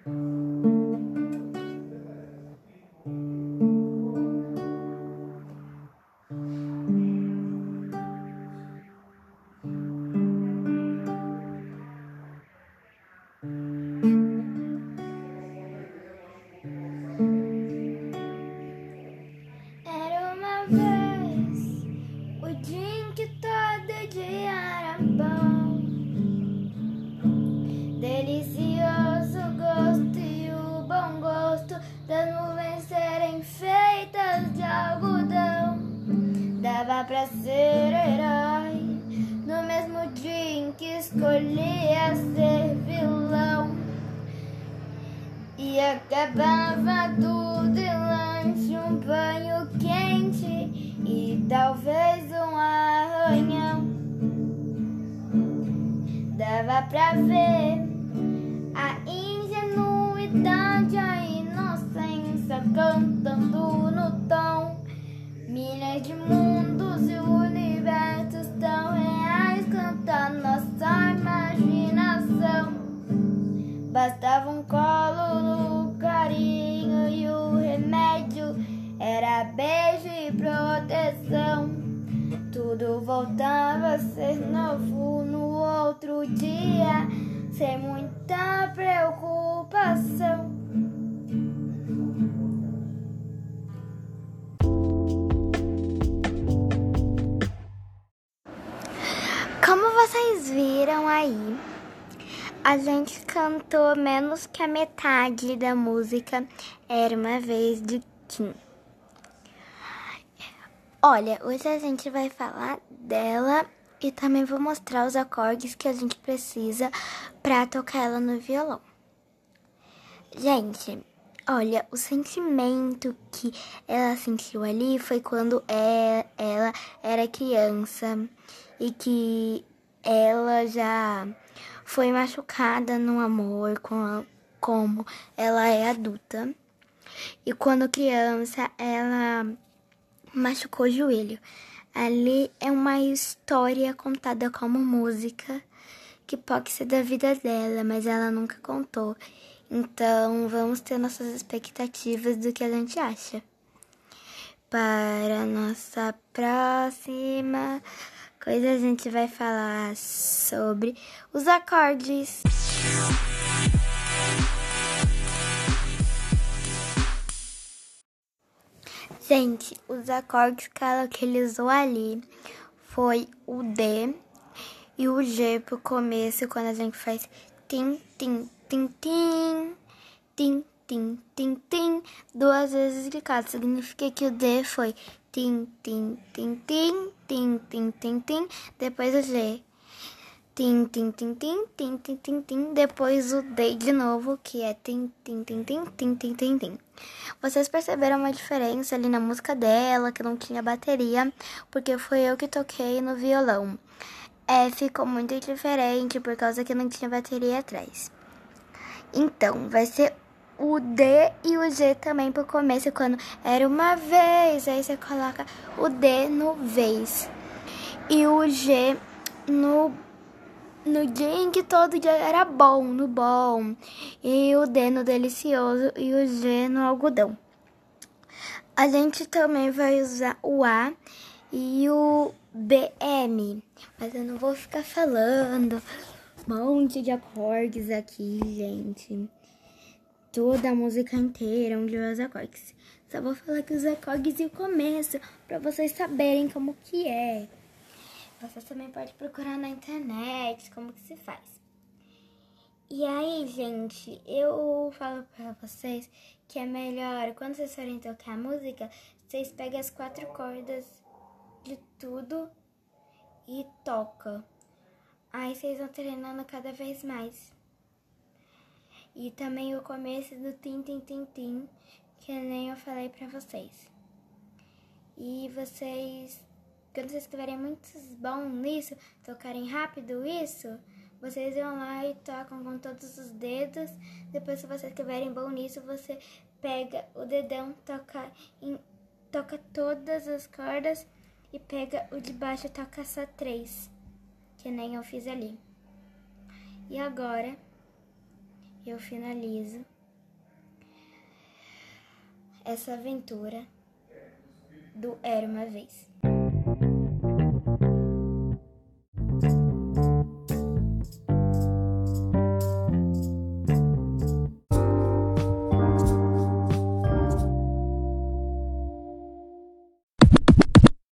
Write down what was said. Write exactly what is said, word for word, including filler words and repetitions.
Era uma vez o dia em que todo dia era bom, delicioso gosto e o bom gosto das nuvens serem feitas de algodão. Dava pra ser herói no mesmo dia em que escolhia ser vilão. E acabava tudo em lanche, um banho quente e talvez um arranhão. Dava pra ver a ingenuidade, a inocência cantando no tom. Milhas de mundos e universos tão reais cantar nossa imaginação. Bastava um colo no carinho e o remédio era beijo e proteção. Tudo voltava a ser novo no outro dia, sem muita preocupação. Como vocês viram aí, a gente cantou menos que a metade da música Era Uma Vez de Kim. Olha, hoje a gente vai falar dela e também vou mostrar os acordes que a gente precisa para tocar ela no violão. Gente, olha, o sentimento que ela sentiu ali foi quando ela era criança e que ela já foi machucada no amor com a, como ela é adulta. E quando criança, ela machucou o joelho. Ali é uma história contada como música, que pode ser da vida dela, mas ela nunca contou. Então, vamos ter nossas expectativas do que a gente acha. Para a nossa próxima coisa, a gente vai falar sobre os acordes. Gente, os acordes que ela utilizou ali foi o D e o G pro começo, quando a gente faz tim, tim, tim, tim, tim, tim, tim, tim, duas vezes clicado. Significa que o D foi tim, tim, tim, tim, tim, tim, tim, tim, depois o G. Tim, tim, tim, tim, tim, tim, tim, tim, depois o D de novo, que é tim, tim, tim, tim, tim, tim, tim, tim. Vocês perceberam uma diferença ali na música dela, que não tinha bateria, porque foi eu que toquei no violão. É, ficou muito diferente por causa que não tinha bateria atrás. Então, vai ser o D e o G também pro começo, quando era uma vez, aí você coloca o D no vez e o G no no dia em que todo dia era bom, no bom, e o D no delicioso e o G no algodão. A gente também vai usar o A e o B M, mas eu não vou ficar falando um monte de acordes aqui, gente. Toda a música inteira, onde os acordes. Só vou falar que os acordes e o começo, pra vocês saberem como que é. Vocês também podem procurar na internet como que se faz. E aí, gente, eu falo pra vocês que é melhor, quando vocês forem tocar a música, vocês pegam as quatro cordas de tudo e toca. Aí vocês vão treinando cada vez mais. E também o começo do tim, tim, tim, tim, que nem eu falei pra vocês. E vocês, quando vocês estiverem muito bons nisso, tocarem rápido isso, vocês vão lá e tocam com todos os dedos. Depois, se vocês estiverem bom nisso, você pega o dedão, toca, em, toca todas as cordas e pega o de baixo e toca só três, que nem eu fiz ali. E agora eu finalizo essa aventura do Era Uma Vez.